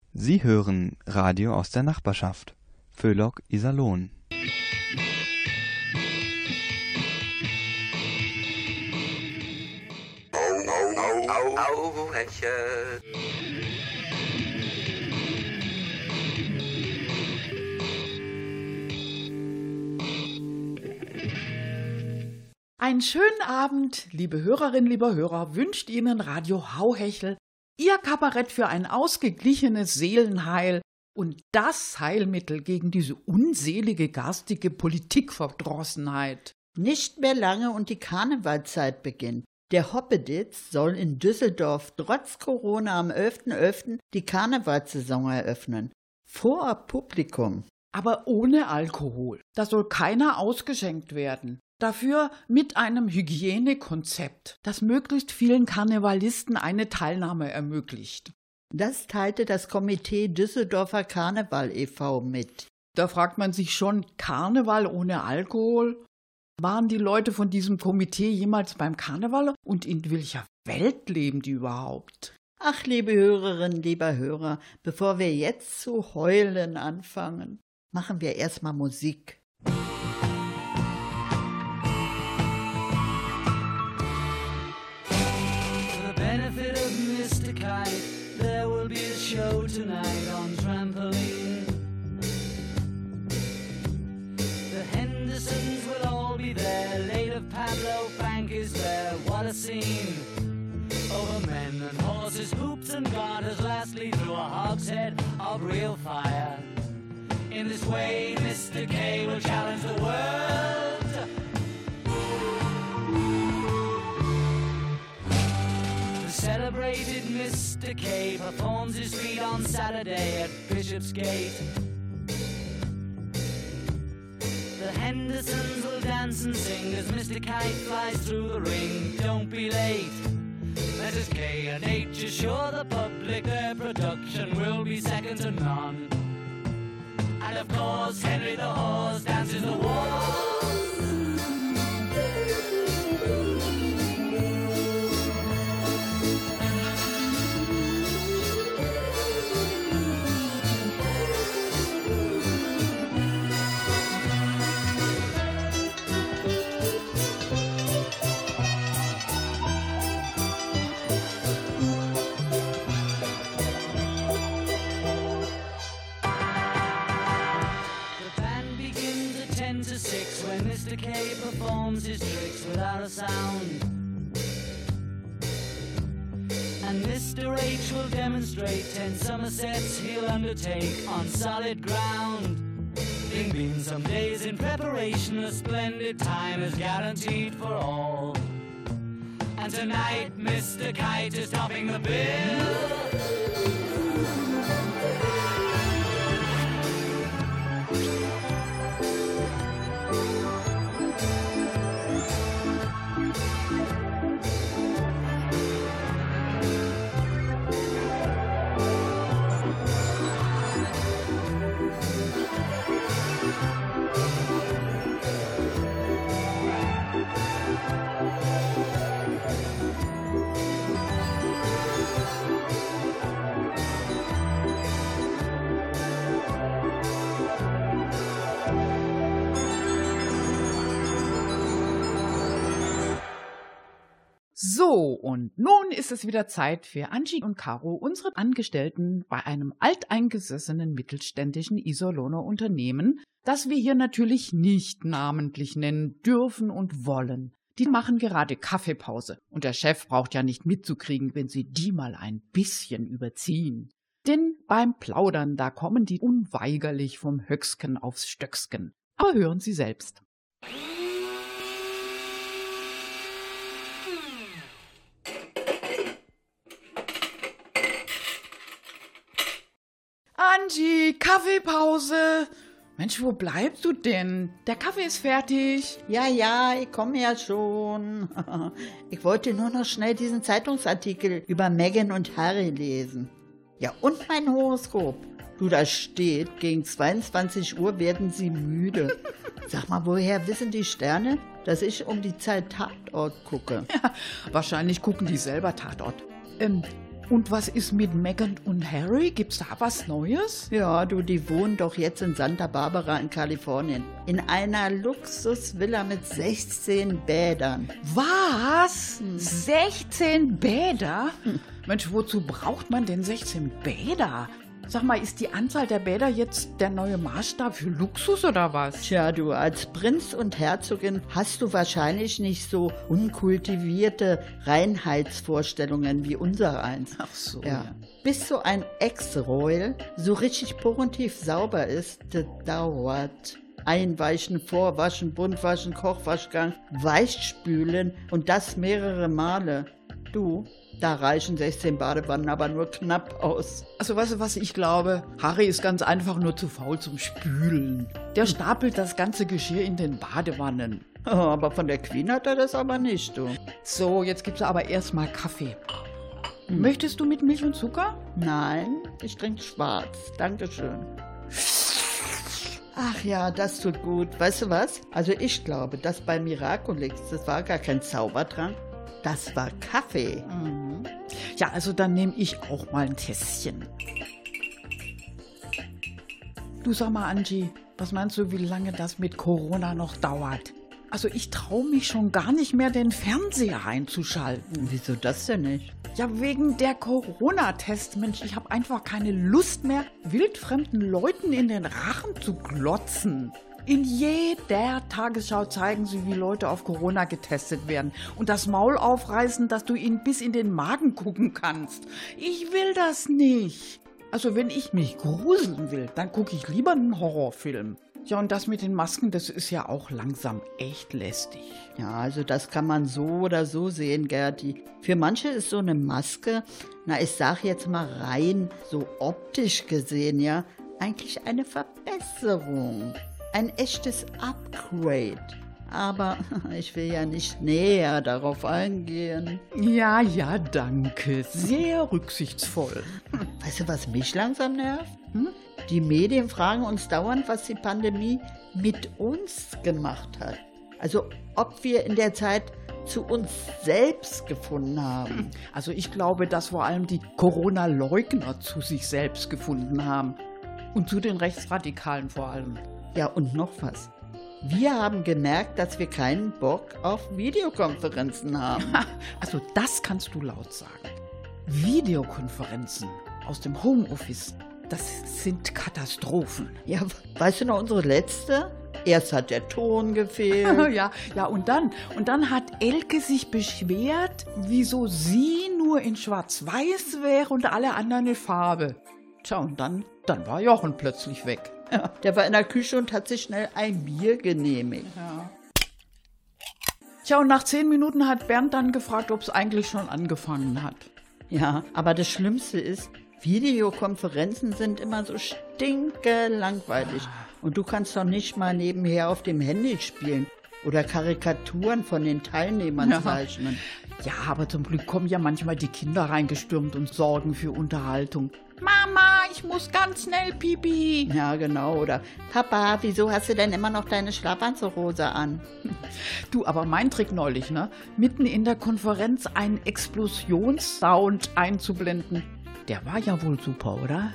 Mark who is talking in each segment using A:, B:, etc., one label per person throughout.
A: Sie hören Radio aus der Nachbarschaft. Föhlock, Iserlohn.
B: Einen schönen Abend, liebe Hörerinnen, lieber Hörer, wünscht Ihnen Radio Hauhechel, Ihr Kabarett für ein ausgeglichenes Seelenheil und das Heilmittel gegen diese unselige garstige Politikverdrossenheit.
C: Nicht mehr lange und die Karnevalzeit beginnt. Der Hoppeditz soll in Düsseldorf trotz Corona am 11.11. die Karnevalssaison eröffnen. Vor Publikum.
B: Aber ohne Alkohol. Da soll keiner ausgeschenkt werden. Dafür mit einem Hygienekonzept, das möglichst vielen Karnevalisten eine Teilnahme ermöglicht.
C: Das teilte das Komitee Düsseldorfer Karneval e.V. mit.
B: Da fragt man sich schon, Karneval ohne Alkohol? Waren die Leute von diesem Komitee jemals beim Karneval und in welcher Welt leben die überhaupt?
C: Ach, liebe Hörerinnen, lieber Hörer, bevor wir jetzt zu heulen anfangen, machen wir erstmal Musik.
D: There will be a show tonight on trampoline. The Hendersons will all be there. Later Pablo Frank is there. What a scene! Over men and horses, hoops and garters. Lastly through a hogshead of real fire. In this way Mr. K will challenge the world. Celebrated Mr. K performs his feat on Saturday at Bishopsgate. The Hendersons will dance and sing as Mr. Kite flies through the ring. Don't be late. Mrs. K and H assure the public their production will be second to none. And of course Henry the Horse dances the waltz. When Mr. K performs his tricks without a sound, and Mr. H will demonstrate 10 Somersets he'll undertake on solid ground. Bing bing, some days in preparation, a splendid time is guaranteed for all. And tonight Mr. Kite is topping the bill.
B: So, und nun ist es wieder Zeit für Angie und Caro, unsere Angestellten bei einem alteingesessenen mittelständischen Iserlohner Unternehmen, das wir hier natürlich nicht namentlich nennen dürfen und wollen. Die machen gerade Kaffeepause und der Chef braucht ja nicht mitzukriegen, wenn sie die mal ein bisschen überziehen. Denn beim Plaudern, da kommen die unweigerlich vom Höcksken aufs Stöcksken. Aber hören Sie selbst. Angie, Kaffeepause. Mensch, wo bleibst du denn? Der Kaffee ist fertig.
C: Ja, ich komme ja schon. Ich wollte nur noch schnell diesen Zeitungsartikel über Meghan und Harry lesen. Ja, und mein Horoskop. Du, da steht, gegen 22 Uhr werden sie müde. Sag mal, woher wissen die Sterne, dass ich um die Zeit Tatort gucke?
B: Ja, wahrscheinlich gucken die selber Tatort. Und was ist mit Meghan und Harry? Gibt's da was Neues?
C: Ja, du, die wohnen doch jetzt in Santa Barbara in Kalifornien. In einer Luxusvilla mit 16 Bädern.
B: Was? 16 Bäder? Mensch, wozu braucht man denn 16 Bäder? Sag mal, ist die Anzahl der Bäder jetzt der neue Maßstab für Luxus oder was?
C: Tja, du, als Prinz und Herzogin hast du wahrscheinlich nicht so unkultivierte Reinheitsvorstellungen wie unser eins.
B: Ach so.
C: Ja. Bis so ein Ex-Royal so richtig porentief sauber ist, das dauert. Einweichen, Vorwaschen, Buntwaschen, Kochwaschgang, Weichspülen und das mehrere Male. Du, da reichen 16 Badewannen aber nur knapp aus.
B: Also weißt du, was ich glaube? Harry ist ganz einfach nur zu faul zum Spülen. Der stapelt das ganze Geschirr in den Badewannen.
C: Oh, aber von der Queen hat er das aber nicht, du.
B: So, jetzt gibt's aber erstmal Kaffee. Möchtest du mit Milch und Zucker?
C: Nein, ich trinke schwarz. Dankeschön. Ach ja, das tut gut. Weißt du was? Also ich glaube, das bei Miraculix, das war gar kein Zaubertrank. Das war Kaffee.
B: Ja, also dann nehme ich auch mal ein Tässchen. Du sag mal, Angie, was meinst du, wie lange das mit Corona noch dauert? Also ich traue mich schon gar nicht mehr, den Fernseher einzuschalten.
C: Wieso das denn nicht?
B: Ja, wegen der Corona-Tests, Mensch, ich habe einfach keine Lust mehr, wildfremden Leuten in den Rachen zu glotzen. In jeder Tagesschau zeigen sie, wie Leute auf Corona getestet werden und das Maul aufreißen, dass du ihnen bis in den Magen gucken kannst. Ich will das nicht. Also wenn ich mich gruseln will, dann gucke ich lieber einen Horrorfilm. Ja, und das mit den Masken, das ist ja auch langsam echt lästig.
C: Ja, also das kann man so oder so sehen, Gerti. Für manche ist so eine Maske, na ich sag jetzt mal rein so optisch gesehen, ja, eigentlich eine Verbesserung. Ein echtes Upgrade. Aber ich will ja nicht näher darauf eingehen.
B: Ja, danke. Sehr rücksichtsvoll.
C: Weißt du, was mich langsam nervt? Die Medien fragen uns dauernd, was die Pandemie mit uns gemacht hat. Also ob wir in der Zeit zu uns selbst gefunden haben.
B: Also ich glaube, dass vor allem die Corona-Leugner zu sich selbst gefunden haben. Und zu den Rechtsradikalen vor allem.
C: Ja, und noch was. Wir haben gemerkt, dass wir keinen Bock auf Videokonferenzen haben.
B: Also das kannst du laut sagen. Videokonferenzen aus dem Homeoffice, das sind Katastrophen.
C: Ja, weißt du noch unsere letzte? Erst hat der Ton gefehlt.
B: Ja, und dann hat Elke sich beschwert, wieso sie nur in Schwarz-Weiß wäre und alle anderen in Farbe. Tja, und dann war Jochen plötzlich weg.
C: Ja, der war in der Küche und hat sich schnell ein Bier genehmigt.
B: Ja. Tja, und nach 10 Minuten hat Bernd dann gefragt, ob es eigentlich schon angefangen hat.
C: Ja, aber das Schlimmste ist, Videokonferenzen sind immer so stinkelangweilig. Und du kannst doch nicht mal nebenher auf dem Handy spielen oder Karikaturen von den Teilnehmern zeichnen.
B: Ja, aber zum Glück kommen ja manchmal die Kinder reingestürmt und sorgen für Unterhaltung. Mama, ich muss ganz schnell pipi.
C: Ja, genau. Oder Papa, wieso hast du denn immer noch deine Schlafanzughose an?
B: Du, aber mein Trick neulich, ne? Mitten in der Konferenz einen Explosionssound einzublenden. Der war ja wohl super, oder?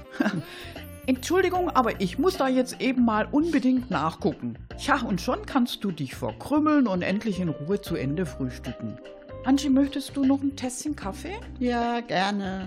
B: Entschuldigung, aber ich muss da jetzt eben mal unbedingt nachgucken. Ja, und schon kannst du dich verkrümmeln und endlich in Ruhe zu Ende frühstücken. Angie, möchtest du noch ein Tässchen Kaffee?
C: Ja, gerne.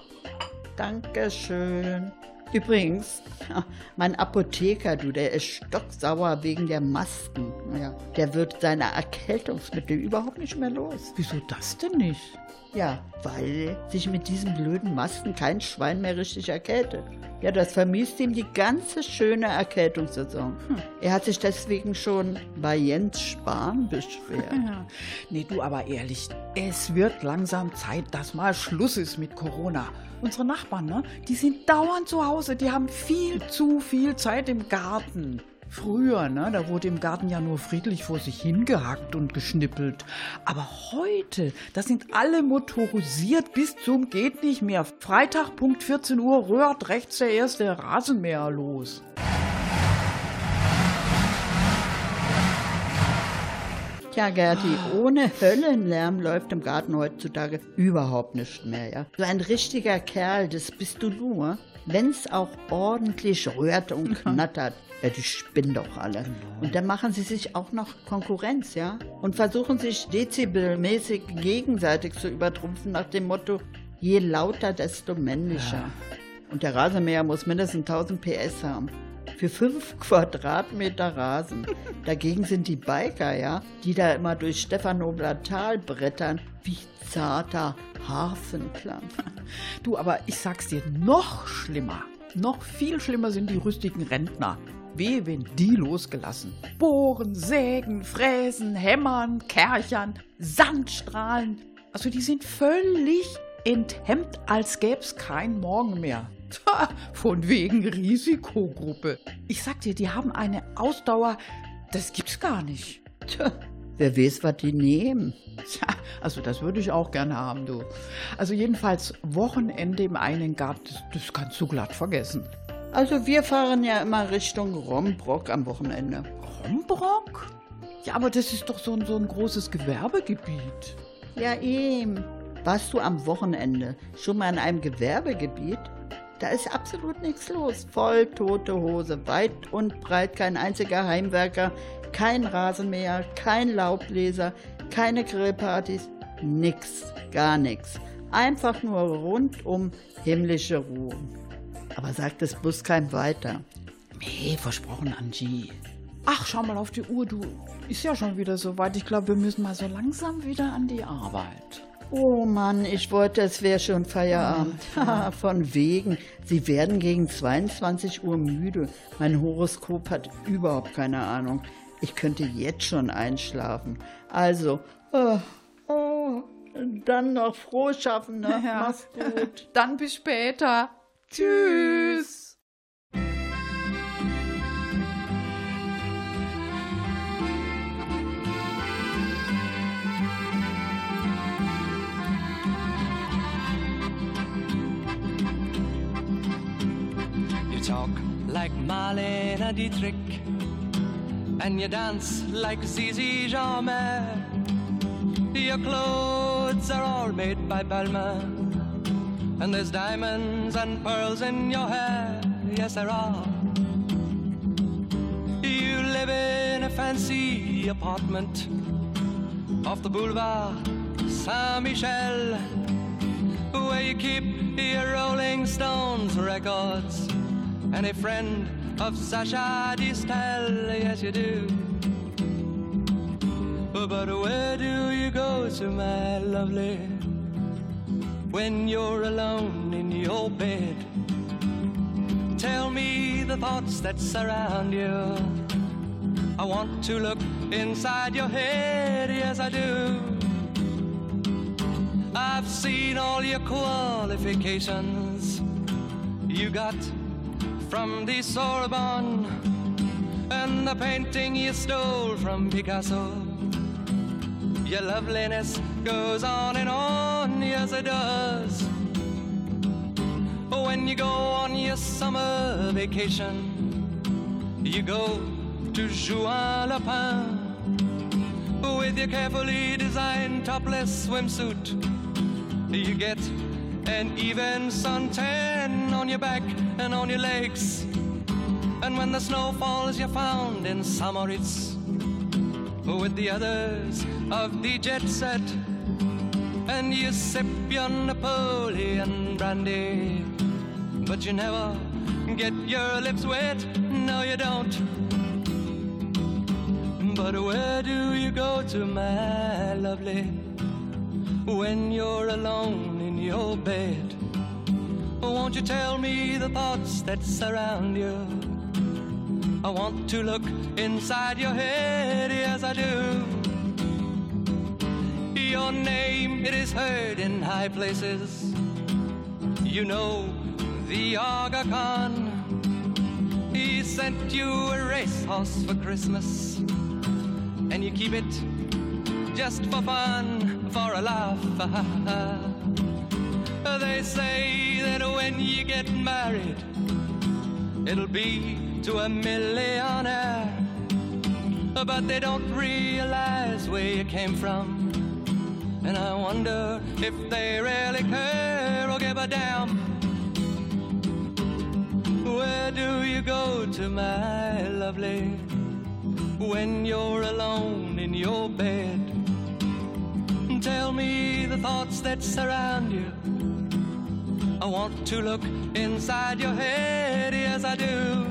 C: Dankeschön. Übrigens, mein Apotheker, der ist stocksauer wegen der Masken. Naja, der wird seine Erkältungsmittel überhaupt nicht mehr los.
B: Wieso das denn nicht?
C: Ja, weil sich mit diesen blöden Masken kein Schwein mehr richtig erkältet. Ja, das vermiest ihm die ganze schöne Erkältungssaison. Er hat sich deswegen schon bei Jens Spahn beschwert.
B: Ja. Nee, du, aber ehrlich, es wird langsam Zeit, dass mal Schluss ist mit Corona. Unsere Nachbarn, ne, die sind dauernd zu Hause, die haben viel zu viel Zeit im Garten. Früher, ne, da wurde im Garten ja nur friedlich vor sich hingehackt und geschnippelt. Aber heute, da sind alle motorisiert bis zum geht nicht mehr. Freitag, Punkt 14 Uhr, rührt rechts der erste Rasenmäher los.
C: Ja, Gerti, ohne Höllenlärm läuft im Garten heutzutage überhaupt nicht mehr, ja. So ein richtiger Kerl, das bist du nur, wenn's auch ordentlich rührt und knattert. Ja, die spinnen doch alle. Und dann machen sie sich auch noch Konkurrenz, ja? Und versuchen sich dezibelmäßig gegenseitig zu übertrumpfen nach dem Motto, je lauter, desto männlicher. Ja. Und der Rasenmäher muss mindestens 1000 PS haben. Für 5 Quadratmeter Rasen. Dagegen sind die Biker, ja, die da immer durch Stephanobler Tal brettern, wie zarter Harfenklang.
B: Du, aber ich sag's dir, noch schlimmer, noch viel schlimmer sind die rüstigen Rentner. Wehe, wenn die losgelassen. Bohren, sägen, fräsen, hämmern, kerchern, Sandstrahlen. Also die sind völlig enthemmt, als gäb's kein Morgen mehr. Von wegen Risikogruppe. Ich sag dir, die haben eine Ausdauer, das gibt's gar nicht.
C: Tja, wer weiß, was die nehmen.
B: Tja, also das würde ich auch gerne haben, du. Also jedenfalls Wochenende im einen Garten, das kannst du glatt vergessen.
C: Also wir fahren ja immer Richtung Rombrock am Wochenende.
B: Rombrock? Ja, aber das ist doch so ein großes Gewerbegebiet.
C: Ja, eben. Warst du am Wochenende schon mal in einem Gewerbegebiet? Da ist absolut nichts los. Voll tote Hose, weit und breit, kein einziger Heimwerker, kein Rasenmäher, kein Laubbläser, keine Grillpartys, nix, gar nix. Einfach nur rundum himmlische Ruhe. Aber sagt es bloß keinem weiter.
B: Nee, versprochen, Angie. Ach, schau mal auf die Uhr, du. Ist ja schon wieder soweit. Ich glaube, wir müssen mal so langsam wieder an die Arbeit.
C: Oh Mann, ich wollte, es wäre schon Feierabend. Ja. Von wegen. Sie werden gegen 22 Uhr müde. Mein Horoskop hat überhaupt keine Ahnung. Ich könnte jetzt schon einschlafen. Also, dann noch frohes Schaffen, ne?
B: Ja.
C: Mach's gut.
B: Dann bis später. Tschüss.
E: You talk like Marlene Dietrich, and you dance like Zizi Jeanmaire. Your clothes are all made by Balmain, and there's diamonds and pearls in your hair. Yes, there are. You live in a fancy apartment off the boulevard Saint-Michel, where you keep your Rolling Stones records and a friend of Sacha Distel. Yes, you do. But where do you go to, my lovely, when you're alone in your bed? Tell me the thoughts that surround you. I want to look inside your head. Yes, I do. I've seen all your qualifications you got from the Sorbonne, and the painting you stole from Picasso. Your loveliness goes on and on, yes it does. When you go on your summer vacation, you go to Juan-le-Pin with your carefully designed topless swimsuit. You get an even suntan on your back and on your legs. And when the snow falls, you're found in Samoritz with the others of the jet set, and you sip your Napoleon brandy, but you never get your lips wet. No, you don't. But where do you go to, my lovely, when you're alone in your bed? Won't you tell me the thoughts that surround you? I want to look inside your head, yes I do. Your name, it is heard in high places. You know the Aga Khan. He sent you a racehorse for Christmas, and you keep it just for fun, for a laugh. They say that when you get married, it'll be to a millionaire. but they don't realize where you came from. And I wonder if they really care or give a damn. Where do you go to, my lovely, when you're alone in your bed? Tell me the thoughts that surround you. I want to look inside your head, yes I do.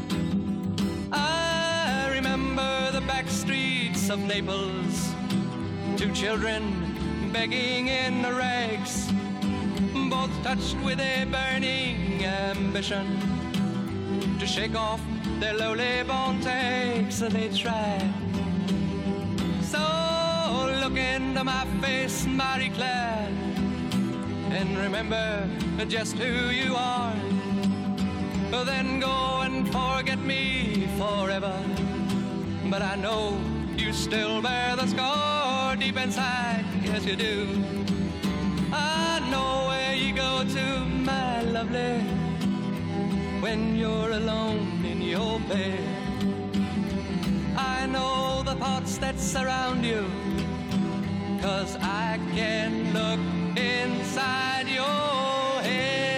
E: I remember the back streets of Naples, two children begging in the rags, both touched with a burning ambition to shake off their lowly bone takes, and they try. So look into my face, Marie Claire, and remember just who you are. Then go and forget me forever, but I know you still bear the scar deep inside, yes you do. I know where you go to, my lovely, when you're alone in your bed. I know the thoughts that surround you, 'cause I can look inside your head.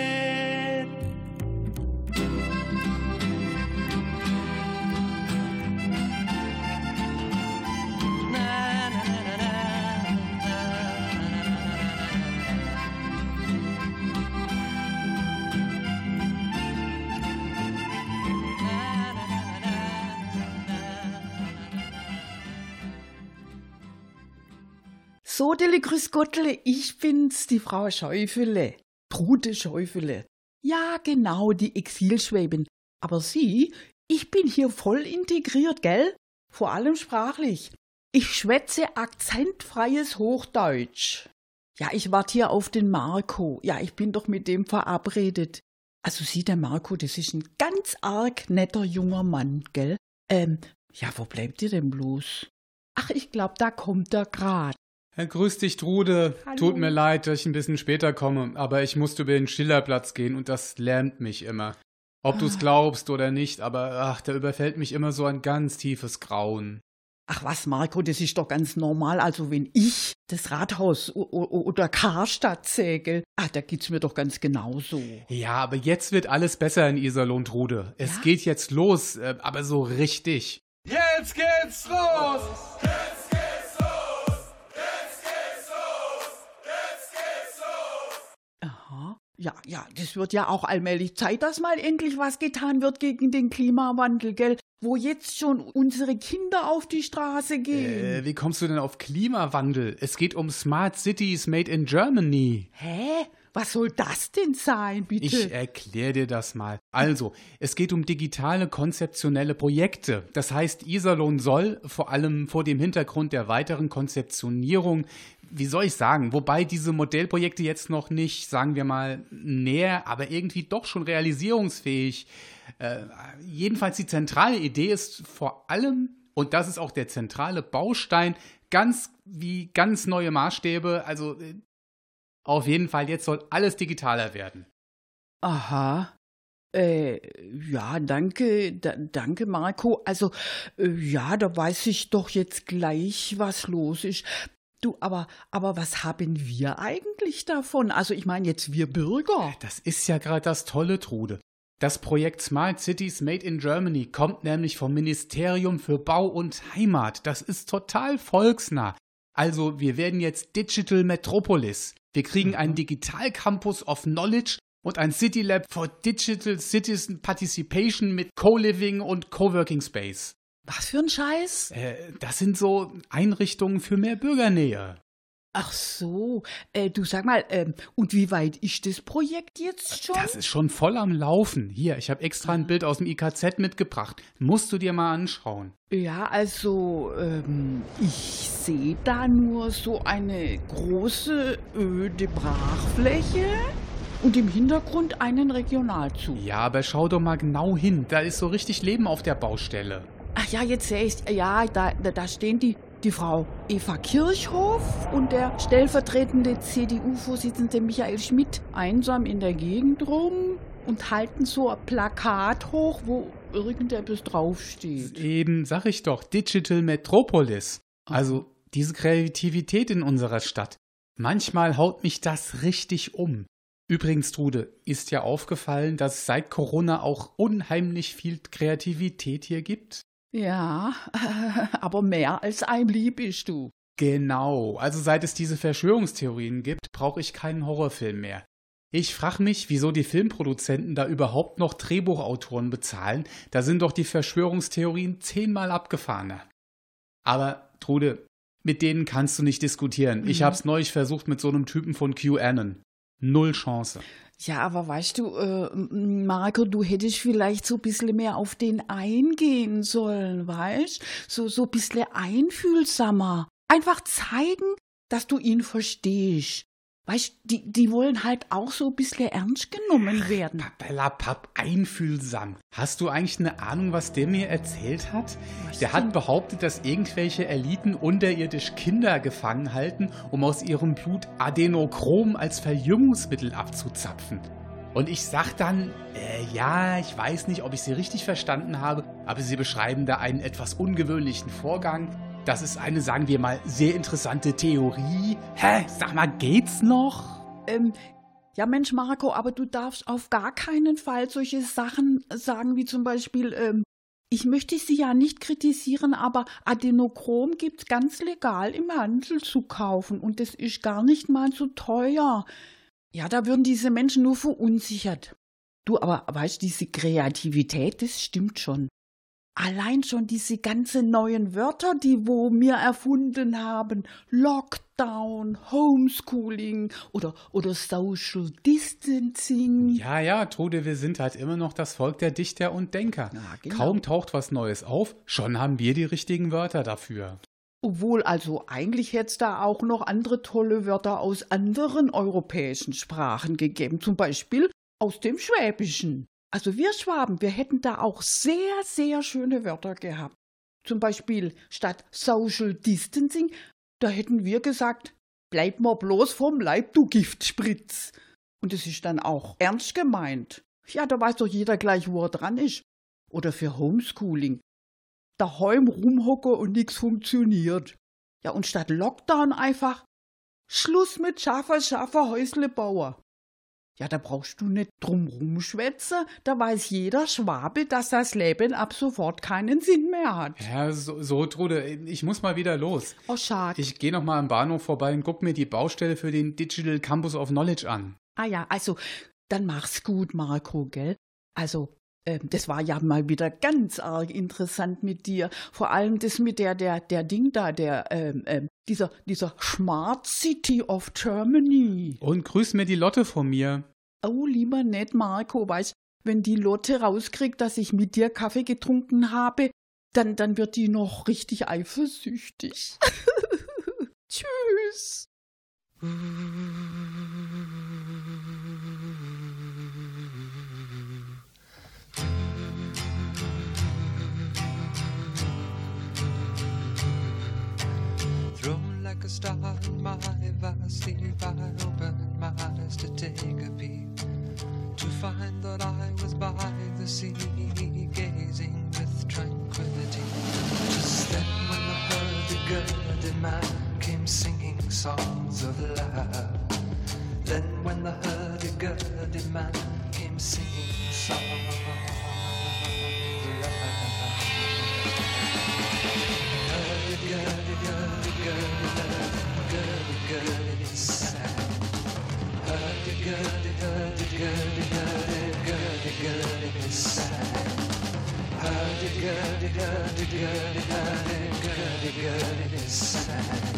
B: So, Dille, grüß Gottle, ich bin's, die Frau Schäufele, Trude Schäufele. Ja, genau, die Exilschwäbin. Aber Sie, ich bin hier voll integriert, gell? Vor allem sprachlich. Ich schwätze akzentfreies Hochdeutsch. Ja, ich warte hier auf den Marco. Ja, ich bin doch mit dem verabredet. Also Sie, der Marco, das ist ein ganz arg netter junger Mann, gell? Ja, wo bleibt ihr denn bloß? Ach, ich glaub, da kommt er grad.
F: Grüß dich, Trude.
B: Hallo.
F: Tut mir leid, dass ich ein bisschen später komme, aber ich musste über den Schillerplatz gehen und das lähmt mich immer. Ob du's glaubst oder nicht, aber da überfällt mich immer so ein ganz tiefes Grauen.
B: Ach was, Marco, das ist doch ganz normal. Also wenn ich das Rathaus oder Karstadt säge, da geht's mir doch ganz genauso.
F: Ja, aber jetzt wird alles besser in Iserlohn, Trude. Es geht jetzt los, aber so richtig.
E: Jetzt geht's los!
B: Aha. Ja, das wird ja auch allmählich Zeit, dass mal endlich was getan wird gegen den Klimawandel, gell? Wo jetzt schon unsere Kinder auf die Straße gehen.
F: Wie kommst du denn auf Klimawandel? Es geht um Smart Cities made in Germany.
B: Hä? Was soll das denn sein, bitte?
F: Ich erkläre dir das mal. Also, es geht um digitale, konzeptionelle Projekte. Das heißt, Iserlohn soll, vor allem vor dem Hintergrund der weiteren Konzeptionierung, wie soll ich sagen, wobei diese Modellprojekte jetzt noch nicht, sagen wir mal, näher, aber irgendwie doch schon realisierungsfähig. Jedenfalls die zentrale Idee ist vor allem, und das ist auch der zentrale Baustein, ganz neue Maßstäbe, also auf jeden Fall, jetzt soll alles digitaler werden.
B: Aha. Ja, danke, Marco. Also, ja, da weiß ich doch jetzt gleich, was los ist. Du, aber was haben wir eigentlich davon? Also, ich meine jetzt wir Bürger.
F: Das ist ja gerade das Tolle, Trude. Das Projekt Smart Cities Made in Germany kommt nämlich vom Ministerium für Bau und Heimat. Das ist total volksnah. Also, wir werden jetzt Digital Metropolis. Wir kriegen einen Digital Campus of Knowledge und ein City Lab for Digital Citizen Participation mit Co-Living und Coworking Space.
B: Was für ein Scheiß?
F: Das sind so Einrichtungen für mehr Bürgernähe.
B: Ach so, du sag mal, und wie weit ist das Projekt jetzt schon?
F: Das ist schon voll am Laufen. Hier, ich habe extra ein Bild aus dem IKZ mitgebracht. Musst du dir mal anschauen.
B: Ja, also, ich sehe da nur so eine große, öde Brachfläche und im Hintergrund einen Regionalzug.
F: Ja, aber schau doch mal genau hin. Da ist so richtig Leben auf der Baustelle.
B: Ach ja, jetzt sehe ich, ja, da stehen die Frau Eva Kirchhoff und der stellvertretende CDU-Vorsitzende Michael Schmidt einsam in der Gegend rum und halten so ein Plakat hoch, wo irgendetwas draufsteht.
F: Eben, sag ich doch, Digital Metropolis. Also diese Kreativität in unserer Stadt. Manchmal haut mich das richtig um. Übrigens, Trude, ist ja aufgefallen, dass es seit Corona auch unheimlich viel Kreativität hier gibt?
B: Ja, aber mehr als einem lieb bist du.
F: Genau, also seit es diese Verschwörungstheorien gibt, brauche ich keinen Horrorfilm mehr. Ich frage mich, wieso die Filmproduzenten da überhaupt noch Drehbuchautoren bezahlen. Da sind doch die Verschwörungstheorien 10-mal abgefahrener. Aber, Trude, mit denen kannst du nicht diskutieren. Ich hab's neulich versucht mit so einem Typen von QAnon. 0 Chance.
B: Ja, aber weißt du, Marco, du hättest vielleicht so ein bisschen mehr auf den eingehen sollen, weißt? So ein bisschen einfühlsamer. Einfach zeigen, dass du ihn verstehst. Weißt du, die wollen halt auch so ein bisschen ernst genommen werden.
F: Pappelapapp, einfühlsam. Hast du eigentlich eine Ahnung, was der mir erzählt hat? Der hat behauptet, dass irgendwelche Eliten unterirdisch Kinder gefangen halten, um aus ihrem Blut Adenochrom als Verjüngungsmittel abzuzapfen. Und ich sag dann, ja, ich weiß nicht, ob ich sie richtig verstanden habe, aber sie beschreiben da einen etwas ungewöhnlichen Vorgang. Das ist eine, sagen wir mal, sehr interessante Theorie. Hä? Sag mal, geht's noch?
B: Ja, Mensch, Marco, aber du darfst auf gar keinen Fall solche Sachen sagen, wie zum Beispiel, ich möchte sie ja nicht kritisieren, aber Adenochrom gibt's ganz legal im Handel zu kaufen und das ist gar nicht mal so teuer. Ja, da würden diese Menschen nur verunsichert. Du, aber weißt du, diese Kreativität, das stimmt schon. Allein schon diese ganzen neuen Wörter, die wir erfunden haben, Lockdown, Homeschooling oder Social Distancing.
F: Ja, Trude, wir sind halt immer noch das Volk der Dichter und Denker. Ja, genau. Kaum taucht was Neues auf, schon haben wir die richtigen Wörter dafür.
B: Obwohl, also eigentlich hätte es da auch noch andere tolle Wörter aus anderen europäischen Sprachen gegeben, zum Beispiel aus dem Schwäbischen. Also wir Schwaben, wir hätten da auch sehr, sehr schöne Wörter gehabt. Zum Beispiel statt Social Distancing, da hätten wir gesagt, bleib mal bloß vom Leib, du Giftspritz. Und das ist dann auch ernst gemeint. Ja, da weiß doch jeder gleich, wo er dran ist. Oder für Homeschooling. Daheim rumhocken und nichts funktioniert. Ja, und statt Lockdown einfach Schluss mit scharfer Häusle bauen. Ja, da brauchst du nicht drum rumschwätzen, da weiß jeder Schwabe, dass das Leben ab sofort keinen Sinn mehr hat.
F: Ja, so Trude, ich muss mal wieder los.
B: Oh, schade.
F: Ich gehe noch mal am Bahnhof vorbei und guck mir die Baustelle für den Digital Campus of Knowledge an.
B: Ah ja, also, dann mach's gut, Marco, gell? Also, das war ja mal wieder ganz arg interessant mit dir. Vor allem das mit der Ding da, dieser Smart City of Germany.
F: Und grüß mir die Lotte von mir.
B: Oh, lieber nett, Marco, weißt, wenn die Lotte rauskriegt, dass ich mit dir Kaffee getrunken habe, dann wird die noch richtig eifersüchtig. Tschüss.
E: Like a star in my vast sleep, I opened my eyes to take a peep, to find that I was by the sea, gazing with tranquility. Just then when the hurdy-gurdy man came singing songs of love, then when the hurdy-gurdy man came singing songs of love. Hurdy-gurdy is sad. Hurdy-gurdy is sad. Hurdy-gurdy is sad.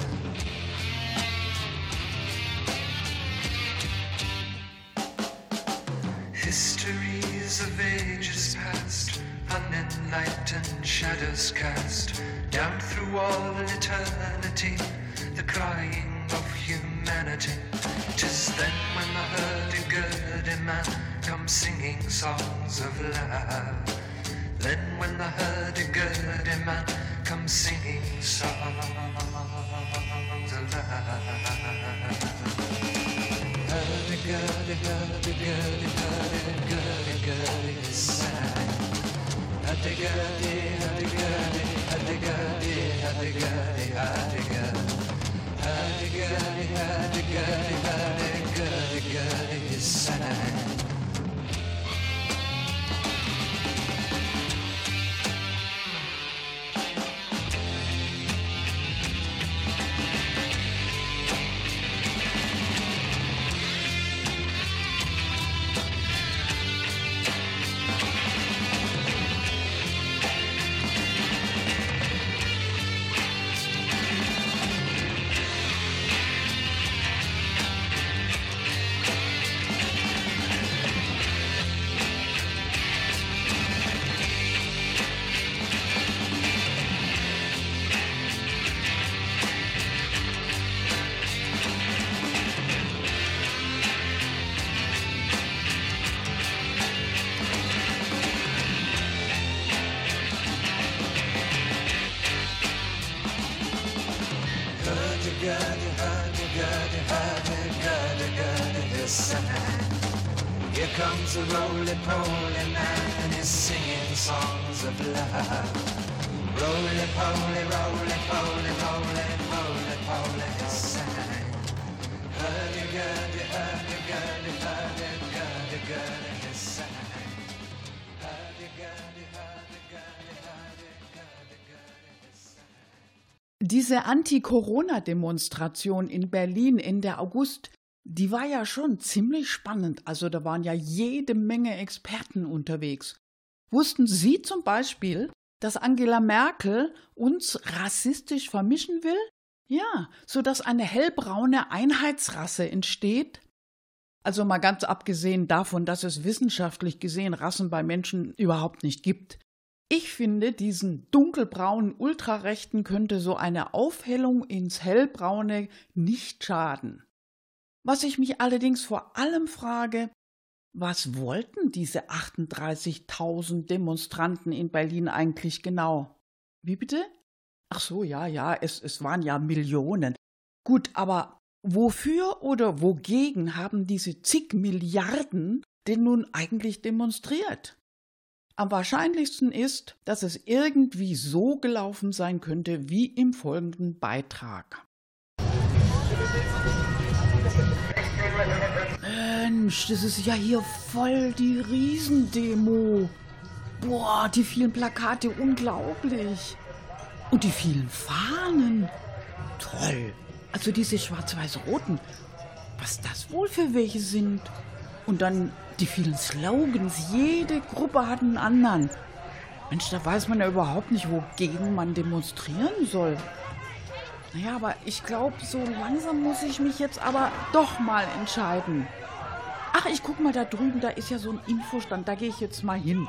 E: Histories of ages past, unenlightened shadows cast down through all eternity, the crying of humanity. 'Tis then when the hurdy-gurdy man comes singing songs of love. Then when the hurdy-gurdy man comes singing songs of love. Hurdy-gurdy is sad.
D: Here comes a roly-poly man and he's singing songs of love. Roly-poly, roly-poly, roly-poly, poly, he sang. Hurdy-gurdy, hurdy-gurdy, hurdy-gurdy, gurdy, he sang. Hurdy-gurdy, hurdy-gurdy, hurdy-gurdy, gurdy, he sang.
B: Diese Anti-Corona-Demonstration in Berlin Ende August, die war ja schon ziemlich spannend. Also da waren ja jede Menge Experten unterwegs. Wussten Sie zum Beispiel, dass Angela Merkel uns rassistisch vermischen will? Ja, sodass eine hellbraune Einheitsrasse entsteht. Also mal ganz abgesehen davon, dass es wissenschaftlich gesehen Rassen bei Menschen überhaupt nicht gibt. Ich finde, diesen dunkelbraunen Ultrarechten könnte so eine Aufhellung ins Hellbraune nicht schaden. Was ich mich allerdings vor allem frage, was wollten diese 38.000 Demonstranten in Berlin eigentlich genau? Wie bitte? Ach so, ja, es waren ja Millionen. Gut, aber wofür oder wogegen haben diese zig Milliarden denn nun eigentlich demonstriert? Am wahrscheinlichsten ist, dass es irgendwie so gelaufen sein könnte wie im folgenden Beitrag. Mensch, das ist ja hier voll die Riesendemo. Boah, die vielen Plakate, unglaublich. Und die vielen Fahnen. Toll. Also diese schwarz-weiß-roten. Was das wohl für welche sind. Und dann die vielen Slogans. Jede Gruppe hat einen anderen. Mensch, da weiß man ja überhaupt nicht, wogegen man demonstrieren soll. Naja, aber ich glaube, so langsam muss ich mich jetzt aber doch mal entscheiden. Ach, ich guck mal da drüben, da ist ja so ein Infostand, da gehe ich jetzt mal hin.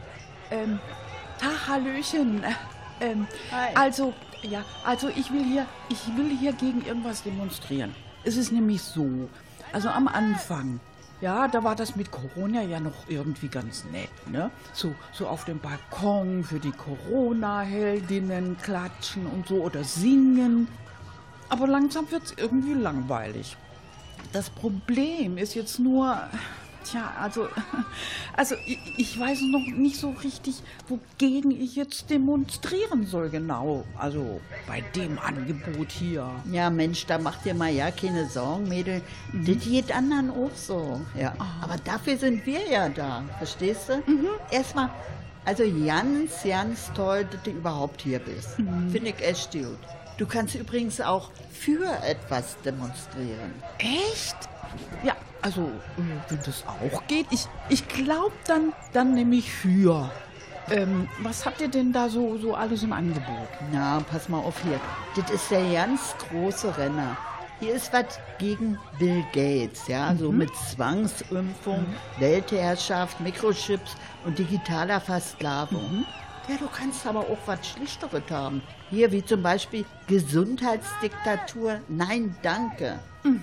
B: Tag, Hallöchen.
C: Hi.
B: Also ich will hier gegen irgendwas demonstrieren. Es ist nämlich so, also am Anfang, ja, da war das mit Corona ja noch irgendwie ganz nett, ne? So auf dem Balkon für die Corona-Heldinnen klatschen und so oder singen. Aber langsam wird's irgendwie langweilig. Das Problem ist jetzt nur, also ich weiß noch nicht so richtig, wogegen ich jetzt demonstrieren soll genau. Also bei dem Angebot hier.
C: Ja, Mensch, da macht dir mal ja keine Sorgen, Mädel. Das geht anderen auch so. Ja. Aber dafür sind wir ja da, verstehst du? Erstmal, also ganz toll, dass du überhaupt hier bist. Finde ich echt gut. Du kannst übrigens auch für etwas demonstrieren.
B: Echt? Ja, also wenn das auch geht. Ich glaube dann nämlich für. Was habt ihr denn da so alles im Angebot?
C: Na, pass mal auf hier. Das ist der ganz große Renner. Hier ist was gegen Bill Gates, ja, so mit Zwangsimpfung, Weltherrschaft, Mikrochips und digitaler Versklavung. Ja, du kannst aber auch was Schlichteres haben. Hier, wie zum Beispiel Gesundheitsdiktatur. Nein, danke.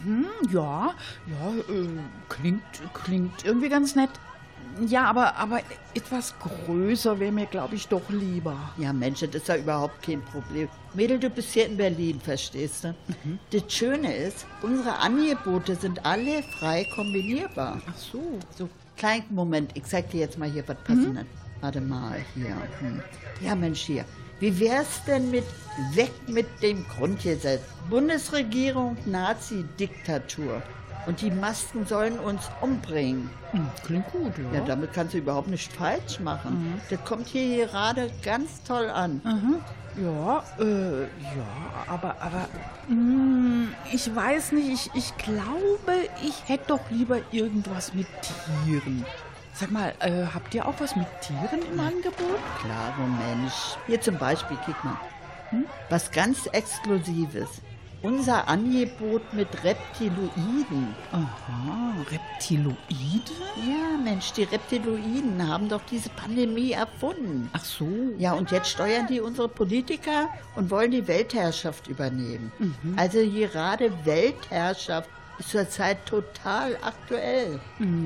B: Klingt irgendwie ganz nett. Ja, aber etwas größer wäre mir, glaube ich, doch lieber.
C: Ja, Mensch, das ist ja überhaupt kein Problem. Mädel, du bist hier in Berlin, verstehst du? Das Schöne ist, unsere Angebote sind alle frei kombinierbar.
B: Ach so.
C: So, kleinen Moment, ich zeig dir jetzt mal hier was Passendes. Warte mal, hier. Ja, Mensch, hier. Wie wär's denn mit weg mit dem Grundgesetz? Bundesregierung, Nazi-Diktatur. Und die Masken sollen uns umbringen.
B: Klingt gut,
C: Ja, damit kannst du überhaupt nicht falsch machen. Das kommt hier gerade ganz toll an.
B: Ja, aber ich weiß nicht, ich glaube, ich hätte doch lieber irgendwas mit Tieren. Sag mal, habt ihr auch was mit Tieren im Angebot?
C: Klaro Mensch. Hier zum Beispiel, guck mal. Was ganz Exklusives. Unser Angebot mit Reptiloiden.
B: Aha, Reptiloide?
C: Ja, Mensch, die Reptiloiden haben doch diese Pandemie erfunden.
B: Ach so.
C: Ja, und jetzt steuern die unsere Politiker und wollen die Weltherrschaft übernehmen. Also gerade Weltherrschaft ist zurzeit total aktuell.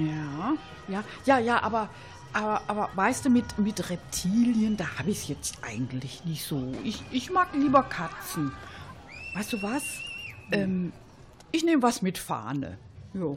B: Ja, aber weißt du, mit Reptilien, da habe ich es jetzt eigentlich nicht so. Ich mag lieber Katzen. Weißt du was? Ich nehme was mit Fahne.
C: Jo.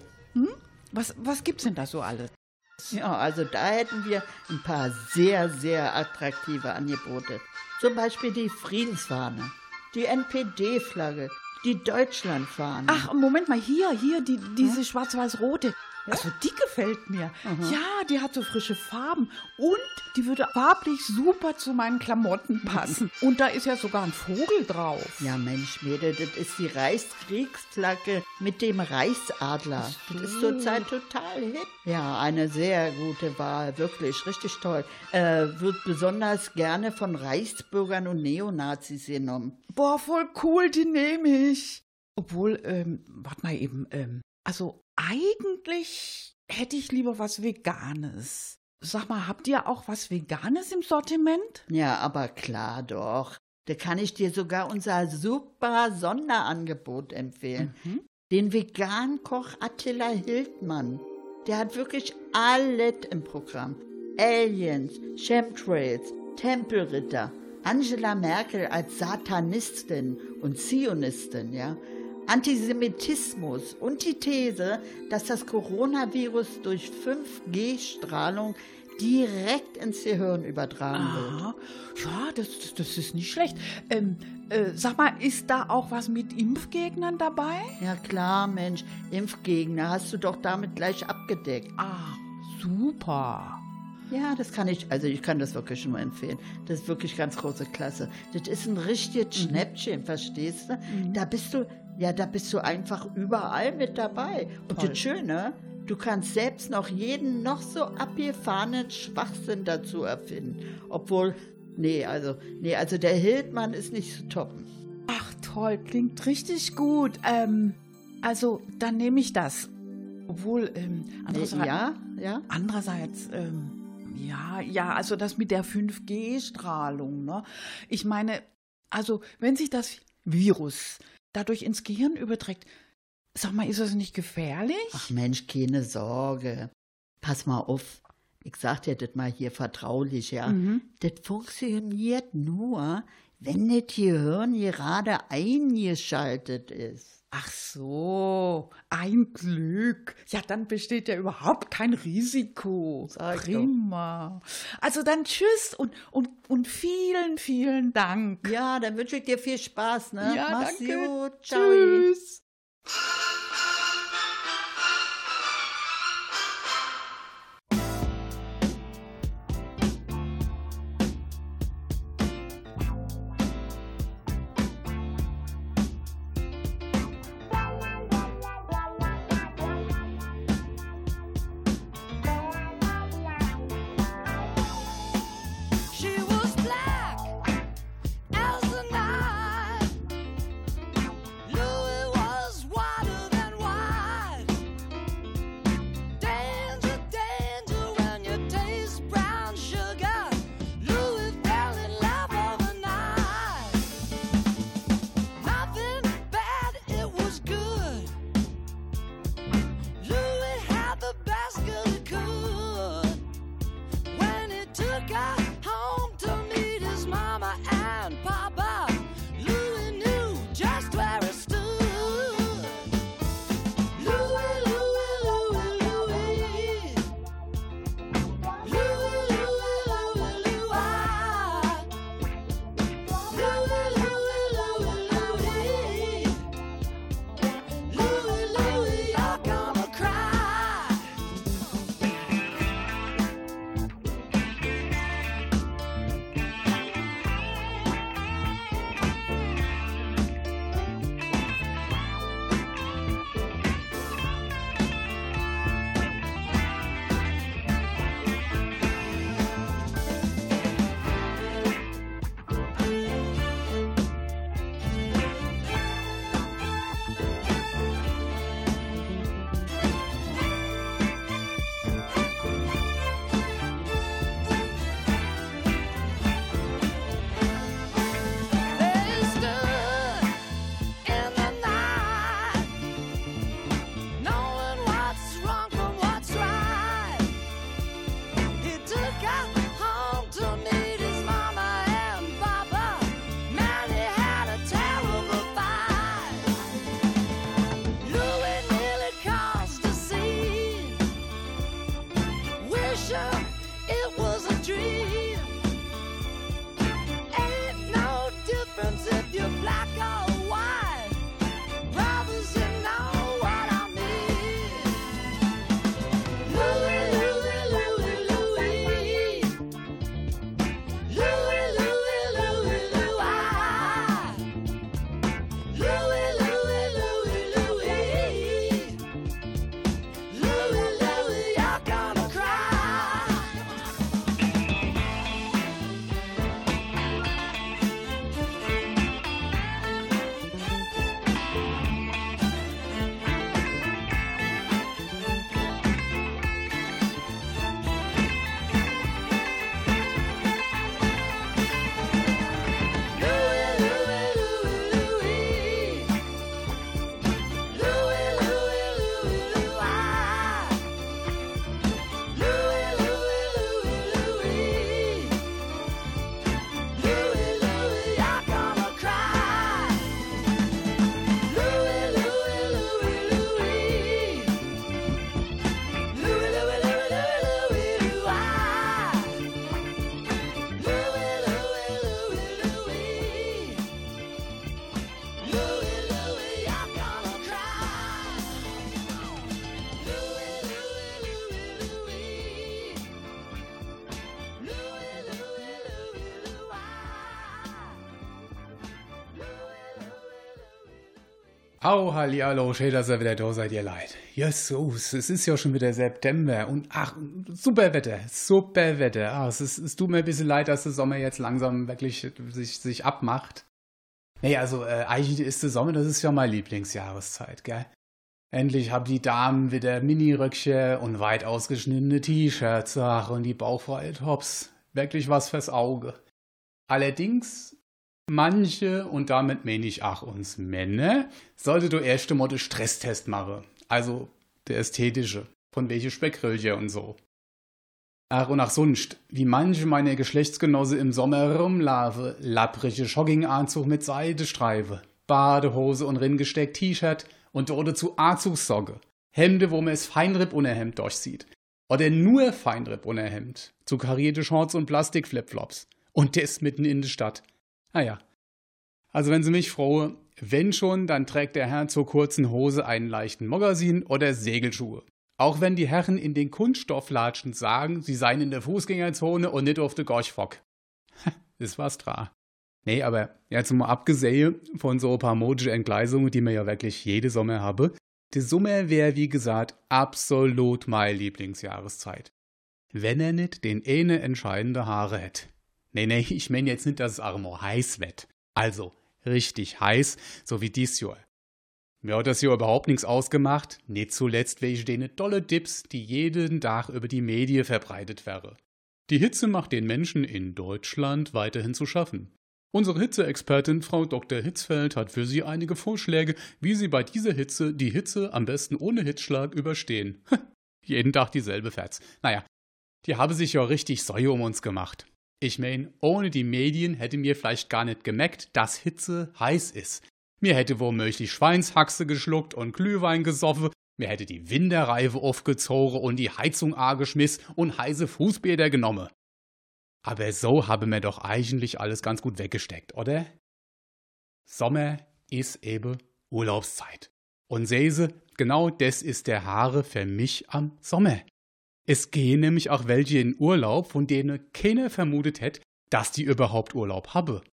B: Was gibt's denn da so alles?
C: Ja, also da hätten wir ein paar sehr, sehr attraktive Angebote. Zum Beispiel die Friedensfahne, die NPD-Flagge, die Deutschlandfahne.
B: Ach, Moment mal, hier, diese schwarz-weiß-rote. Also die gefällt mir. Ja, die hat so frische Farben und die würde farblich super zu meinen Klamotten passen. Und da ist ja sogar ein Vogel drauf.
C: Ja, Mensch, Mädel, das ist die Reichskriegsflagge mit dem Reichsadler. Das ist zurzeit total hip. Ja, eine sehr gute Wahl, wirklich, richtig toll. Wird besonders gerne von Reichsbürgern und Neonazis genommen.
B: Boah, voll cool, die nehme ich. Obwohl, warte mal eben, also eigentlich hätte ich lieber was Veganes. Sag mal, habt ihr auch was Veganes im Sortiment?
C: Ja, aber klar doch. Da kann ich dir sogar unser super Sonderangebot empfehlen. Den Vegan-Koch Attila Hildmann. Der hat wirklich alles im Programm. Aliens, Chemtrails, Tempelritter, Angela Merkel als Satanistin und Zionistin, ja. Antisemitismus und die These, dass das Coronavirus durch 5G-Strahlung direkt ins Gehirn übertragen wird.
B: Ja, das ist nicht schlecht. Sag mal, ist da auch was mit Impfgegnern dabei?
C: Ja klar, Mensch, Impfgegner hast du doch damit gleich abgedeckt.
B: Ah, super.
C: Ja, das kann ich, also ich kann das wirklich nur empfehlen. Das ist wirklich ganz große Klasse. Das ist ein richtiges Schnäppchen, verstehst du? Da bist du einfach überall mit dabei. Und
B: Toll.
C: das Schöne, du kannst selbst noch jeden noch so abgefahrenen Schwachsinn dazu erfinden. Obwohl, also der Hildmann ist nicht zu toppen.
B: Ach toll, klingt richtig gut. Also, dann nehme ich das. Obwohl, andererseits, also das mit der 5G-Strahlung, ne? Ich meine, also, wenn sich das Virus dadurch ins Gehirn überträgt, sag mal, ist das nicht gefährlich?
C: Ach Mensch, keine Sorge. Pass mal auf. Ich sag dir das mal hier vertraulich, ja. Das funktioniert nur, wenn das Gehirn gerade eingeschaltet ist.
B: Ach so, ein Glück. Ja, dann besteht ja überhaupt kein Risiko. Prima. Also dann tschüss und vielen, vielen Dank.
C: Ja, dann wünsche ich dir viel Spaß, ne?
B: Ja,
C: mach's
B: danke.
C: gut. Ciao.
B: Tschüss.
D: She was black as the night. Louis was whiter than white. Danger, danger when you taste brown sugar. Louis fell in love overnight. Nothing bad, it was good. Louis had the best girl he could. When he took her home to meet his mama and papa, Louis knew just where he stood. Louis, Louis, Louis, Louis. Louis, Louis, Louis,
F: Au, hallihallo, schön, dass ihr wieder da seid, ihr Leid. Jesus, es ist ja schon wieder September und ach, super Wetter. Ach, es tut mir ein bisschen leid, dass der Sommer jetzt langsam wirklich sich abmacht. Nee, also eigentlich ist der Sommer, das ist ja meine Lieblingsjahreszeit, gell? Endlich haben die Damen wieder Miniröckchen und weit ausgeschnittene T-Shirts, ach, und die bauchfreie Tops. Wirklich was fürs Auge. Allerdings, manche, und damit meine ich auch uns Männer, sollte du erst einmal den Stresstest machen. Also der ästhetische, von welche Speckröllchen und so. Ach, und auch sonst, wie manche meiner Geschlechtsgenosse im Sommer rumlaufen, lapprige Jogginganzug mit Seidestreifen, Badehose und ringesteckt T-Shirt und dort dazu Anzugssocke, Hemde, wo man das Feinripp-Unterhemd durchsieht. Oder nur Feinripp-Unterhemd, zu karierte Shorts und Plastik-Flipflops. Und das mitten in der Stadt. Naja, also wenn Sie mich fragen, wenn schon, dann trägt der Herr zur kurzen Hose einen leichten Mokasin oder Segelschuhe. Auch wenn die Herren in den Kunststofflatschen sagen, sie seien in der Fußgängerzone und nicht auf der Gorchfock. Ist was dran. Nee, aber jetzt mal abgesehen von so ein paar modischen Entgleisungen, die wir ja wirklich jede Sommer haben, der Sommer wäre, wie gesagt, absolut meine Lieblingsjahreszeit. Wenn er nicht den eine entscheidende Haare hätte. Nee, ich meine jetzt nicht, dass es auch mal heiß wird. Also, richtig heiß, so wie dies Jahr. Mir hat das hier überhaupt nichts ausgemacht, nicht zuletzt wegen den tolle Tipps, die jeden Tag über die Medien verbreitet wäre. Die Hitze macht den Menschen in Deutschland weiterhin zu schaffen. Unsere Hitzeexpertin Frau Dr. Hitzfeld hat für Sie einige Vorschläge, wie Sie bei dieser Hitze die Hitze am besten ohne Hitzschlag überstehen. Jeden Tag dieselbe Fetz. Naja, die habe sich ja richtig Säue um uns gemacht. Ich mein, ohne die Medien hätte mir vielleicht gar nicht gemerkt, dass Hitze heiß ist. Mir hätte womöglich Schweinshaxe geschluckt und Glühwein gesoffen, mir hätte die Winterreife aufgezogen und die Heizung angeschmissen und heiße Fußbäder genommen. Aber so habe mir doch eigentlich alles ganz gut weggesteckt, oder? Sommer ist eben Urlaubszeit. Und sehse, genau das ist der Haare für mich am Sommer. Es gehen nämlich auch welche in Urlaub, von denen keiner vermutet hätte, dass die überhaupt Urlaub habe.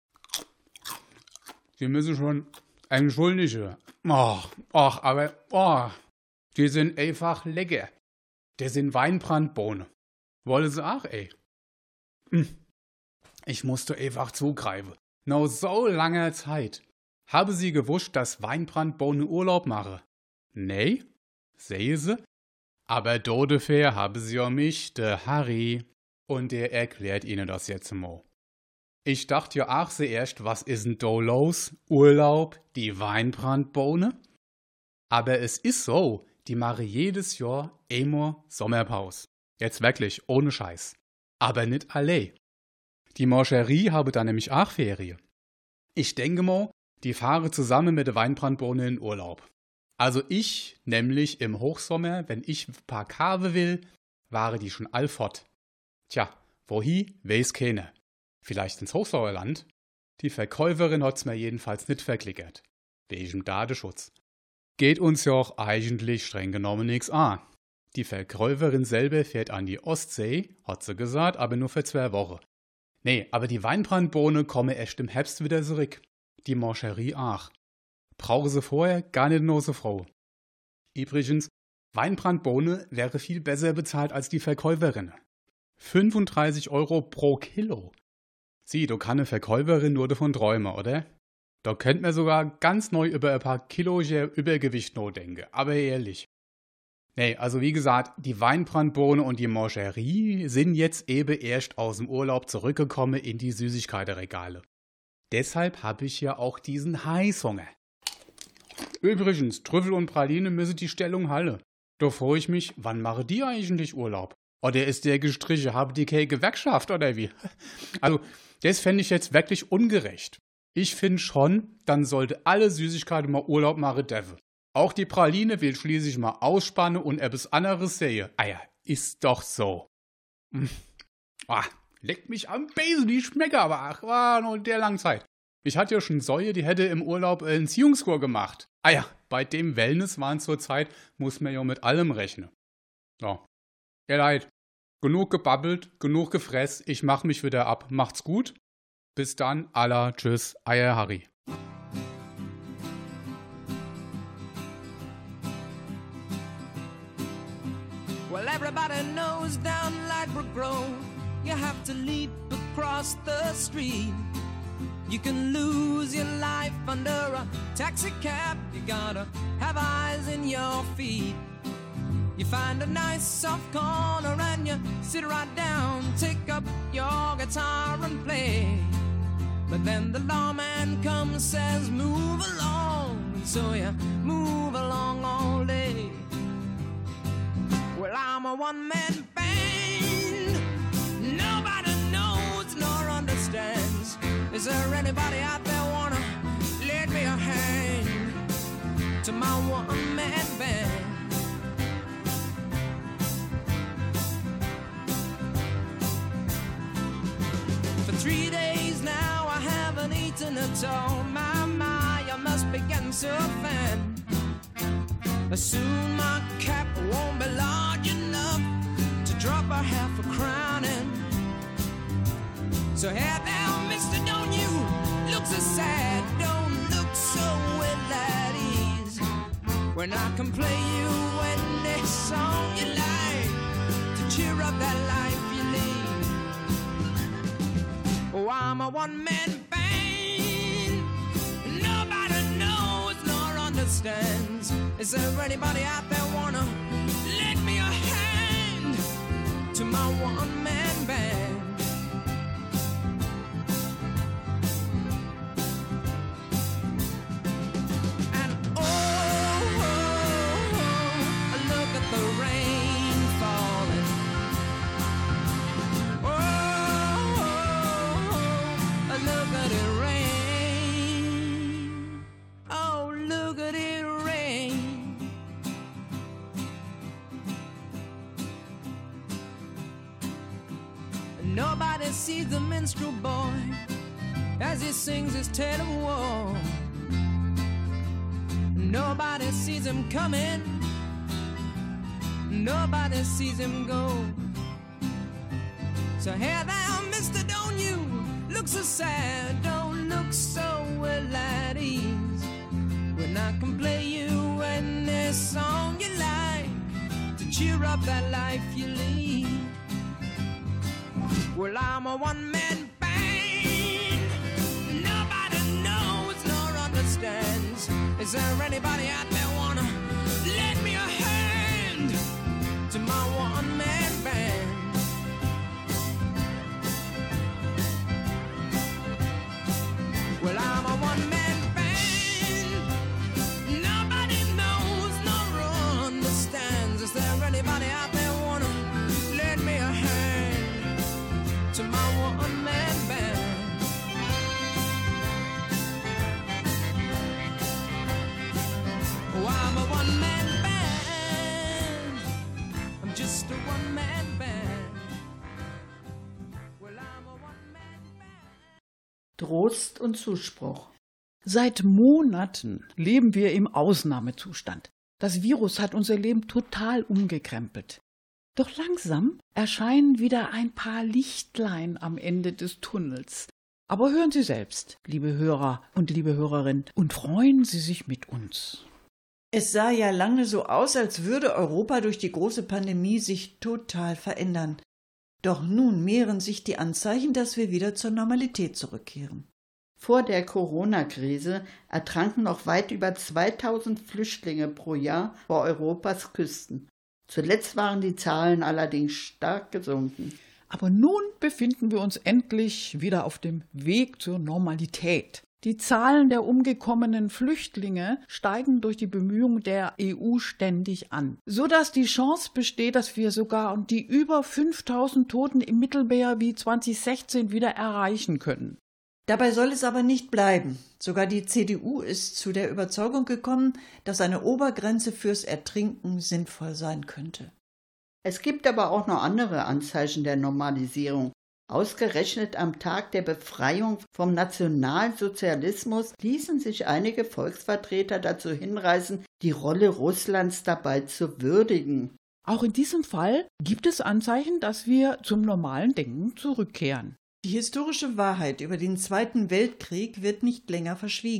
F: Sie müssen schon entschuldigen. Aber die sind einfach lecker. Die sind Weinbrandbohnen. Wollen Sie auch, ey? Ich musste einfach zugreifen. Nach so langer Zeit. Habe Sie gewusst, dass Weinbrandbohnen Urlaub machen? Nee? Sehen Sie? Aber dafür haben Sie ja mich, der Harry. Und der erklärt Ihnen das jetzt mal. Ich dachte ja auch zuerst, was ist denn da los? Urlaub, die Weinbrandbohne? Aber es ist so, die mache jedes Jahr immer Sommerpause. Jetzt wirklich, ohne Scheiß. Aber nicht alle. Die Mancherie habe da nämlich auch Ferien. Ich denke mal, die fahren zusammen mit der Weinbrandbohne in Urlaub. Also ich, nämlich im Hochsommer, wenn ich ein paar Kave will, waren die schon all fort. Tja, wohin, weiß keiner. Vielleicht ins Hochsauerland? Die Verkäuferin hat's mir jedenfalls nicht verklickert. Wegen Datenschutz. Geht uns ja auch eigentlich streng genommen nichts an. Die Verkäuferin selber fährt an die Ostsee, hat sie gesagt, aber nur für 2 Wochen. Nee, aber die Weinbrandbohne komme erst im Herbst wieder zurück. Die Mancherie auch. Brauche sie vorher gar nicht nur so Frau. Übrigens, Weinbrandbohne wäre viel besser bezahlt als die Verkäuferin. 35 € pro Kilo. Sieh, du kann eine Verkäuferin nur davon träumen, oder? Da könnt man sogar ganz neu über ein paar Kilo Übergewicht denken, aber ehrlich. Nee, also wie gesagt, die Weinbrandbohne und die Mancherie sind jetzt eben erst aus dem Urlaub zurückgekommen in die Süßigkeitenregale. Deshalb habe ich ja auch diesen Heißhunger. Übrigens, Trüffel und Praline müssen die Stellung halten. Da freue ich mich, wann mache die eigentlich Urlaub? Oder ist der gestrichen, habe die keine Gewerkschaft oder wie? Also, das fände ich jetzt wirklich ungerecht. Ich finde schon, dann sollte alle Süßigkeiten mal Urlaub machen dürfen. Auch die Praline will schließlich mal ausspannen und etwas anderes sehen. Ah ja, ist doch so. Leckt mich am Besen, die schmecken aber war noch in der langen Zeit. Ich hatte ja schon Säue, die hätte im Urlaub einen Ziehungskur gemacht. Ah ja, bei dem Wellnesswahn zur Zeit muss man ja mit allem rechnen. So, ihr Leid, genug gebabbelt, genug gefressen, ich mach mich wieder ab. Macht's gut. Bis dann, Allah, tschüss, euer Harry.
G: Nobody knows down Ladbroke Grove you have to leap across the street. You can lose your life under a taxi cab. You gotta have eyes in your feet. You find a nice soft corner and you sit right down, take up your guitar and play. But then the lawman comes, says move along, and so you move along all day. Well, I'm a one-man band. Nobody knows nor understands. Is there anybody out there wanna lend me a hand to my one-man band? For 3 days now I haven't eaten at all. My, I must be getting so thin. Soon my cap won't be large enough to drop a half a crown in. So hey there, mister, don't you look so sad, don't look so well at ease, when I can play you any song you like to cheer up that life you lead. Oh, I'm a one-man band. Nobody knows nor understands. Is there anybody out there wanna lend me a hand to my one-man band? And oh, look at the rain falling. Oh, look at it rain. Oh, look at it rain. Nobody sees the minstrel boy as he sings his tale of woe. Nobody sees him coming. Nobody sees him go. So hey there, mister, don't you look so sad, don't look so well at ease, when I can play you any song you like to cheer up that life you lead. Well, I'm a one-man band. Nobody knows nor understands. Is there anybody out there wanna lend me a hand to my one-man band? Well, I'm a one-man band. Nobody knows nor understands. Is there anybody out there wanna lend me a hand to my one-man band? Oh, I'm a one-man band. I'm just a one-man band. Well, I'm a one-man band.
C: Trost und Zuspruch.
B: Seit Monaten leben wir im Ausnahmezustand. Das Virus hat unser Leben total umgekrempelt. Doch langsam erscheinen wieder ein paar Lichtlein am Ende des Tunnels. Aber hören Sie selbst, liebe Hörer und liebe Hörerinnen, und freuen Sie sich mit uns.
C: Es sah ja lange so aus, als würde Europa durch die große Pandemie sich total verändern. Doch nun mehren sich die Anzeichen, dass wir wieder zur Normalität zurückkehren. Vor der Corona-Krise ertranken noch weit über 2000 Flüchtlinge pro Jahr vor Europas Küsten. Zuletzt waren die Zahlen allerdings stark gesunken.
B: Aber nun befinden wir uns endlich wieder auf dem Weg zur Normalität. Die Zahlen der umgekommenen Flüchtlinge steigen durch die Bemühungen der EU ständig an, sodass die Chance besteht, dass wir sogar die über 5000 Toten im Mittelmeer wie 2016 wieder erreichen können.
C: Dabei soll es aber nicht bleiben. Sogar die CDU ist zu der Überzeugung gekommen, dass eine Obergrenze fürs Ertrinken sinnvoll sein könnte. Es gibt aber auch noch andere Anzeichen der Normalisierung. Ausgerechnet am Tag der Befreiung vom Nationalsozialismus ließen sich einige Volksvertreter dazu hinreißen, die Rolle Russlands dabei zu würdigen.
B: Auch in diesem Fall gibt es Anzeichen, dass wir zum normalen Denken zurückkehren.
C: Die historische Wahrheit über den Zweiten Weltkrieg wird nicht länger verschwiegen.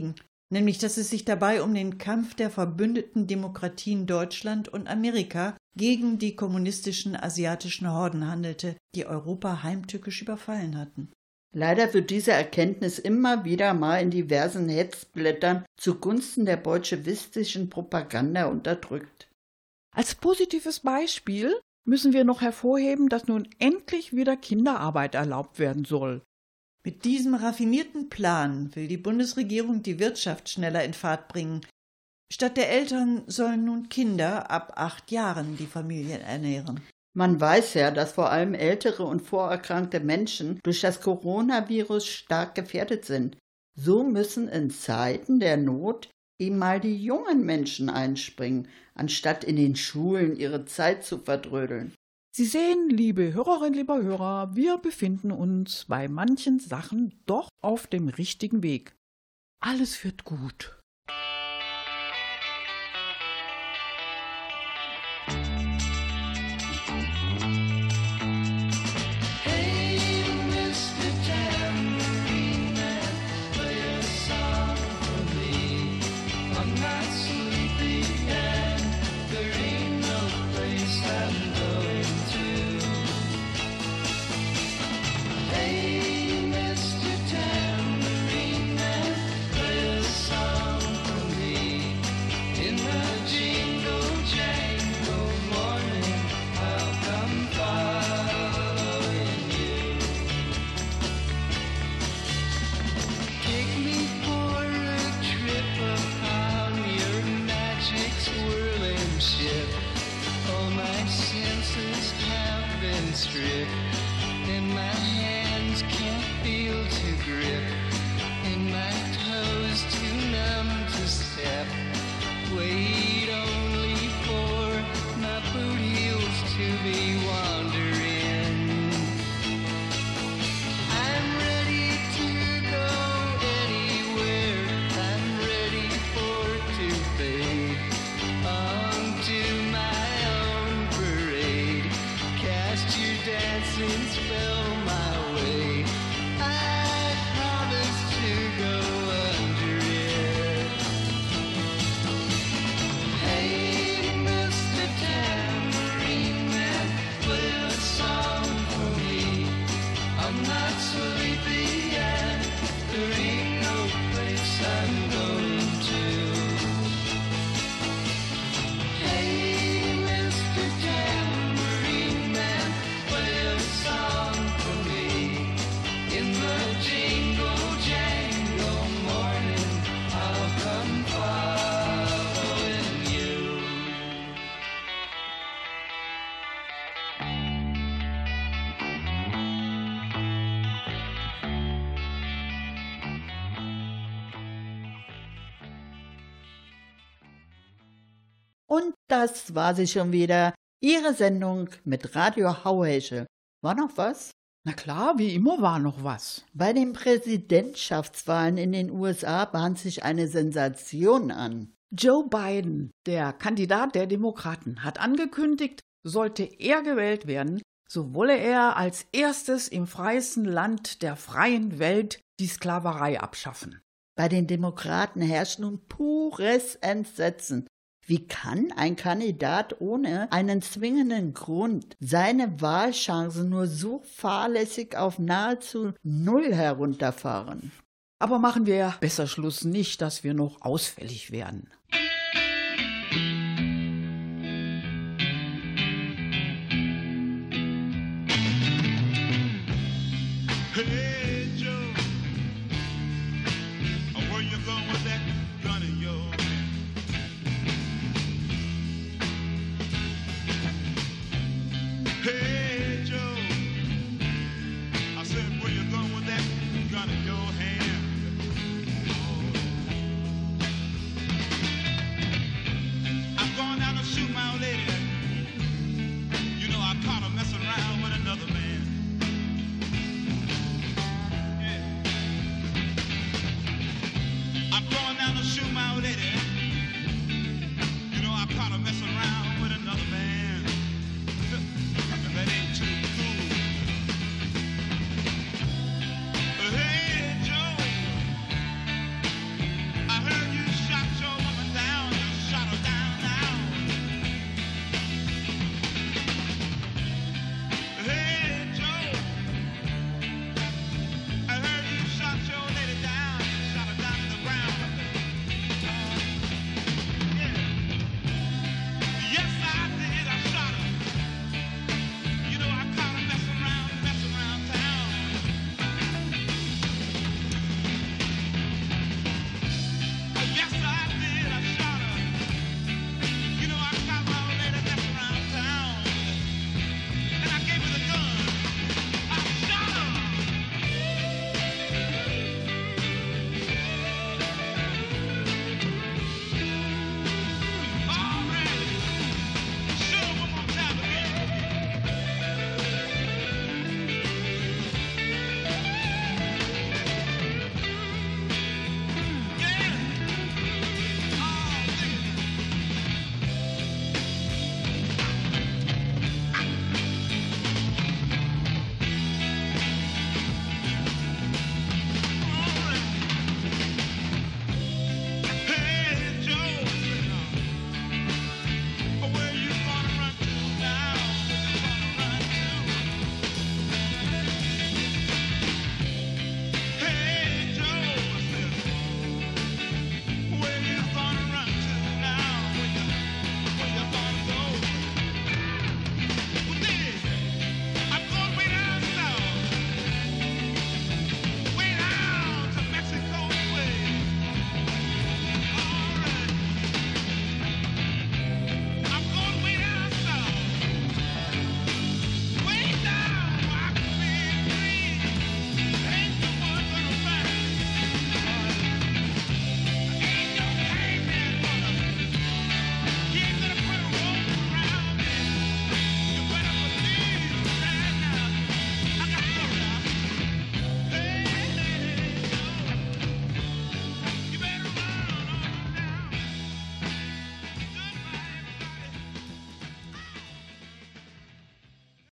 C: nämlich dass es sich dabei um den Kampf der verbündeten Demokratien Deutschland und Amerika gegen die kommunistischen asiatischen Horden handelte, die Europa heimtückisch überfallen hatten.
H: Leider wird diese Erkenntnis immer wieder mal in diversen Hetzblättern zugunsten der bolschewistischen Propaganda unterdrückt.
B: Als positives Beispiel müssen wir noch hervorheben, dass nun endlich wieder Kinderarbeit erlaubt werden soll.
C: Mit diesem raffinierten Plan will die Bundesregierung die Wirtschaft schneller in Fahrt bringen. Statt der Eltern sollen nun Kinder ab 8 Jahren die Familien ernähren.
H: Man weiß ja, dass vor allem ältere und vorerkrankte Menschen durch das Coronavirus stark gefährdet sind. So müssen in Zeiten der Not eben mal die jungen Menschen einspringen, anstatt in den Schulen ihre Zeit zu verdrödeln.
B: Sie sehen, liebe Hörerinnen, lieber Hörer, wir befinden uns bei manchen Sachen doch auf dem richtigen Weg. Alles wird gut.
H: Und das war sie schon wieder, Ihre Sendung mit Radio Hauhesche. War noch was?
B: Na klar, wie immer war noch was.
H: Bei den Präsidentschaftswahlen in den USA bahnt sich eine Sensation an.
B: Joe Biden, der Kandidat der Demokraten, hat angekündigt, sollte er gewählt werden, so wolle er als erstes im freiesten Land der freien Welt die Sklaverei abschaffen.
H: Bei den Demokraten herrscht nun pures Entsetzen. Wie kann ein Kandidat ohne einen zwingenden Grund seine Wahlchancen nur so fahrlässig auf nahezu null herunterfahren?
B: Aber machen wir besser Schluss, nicht, dass wir noch ausfällig werden.
I: Hey!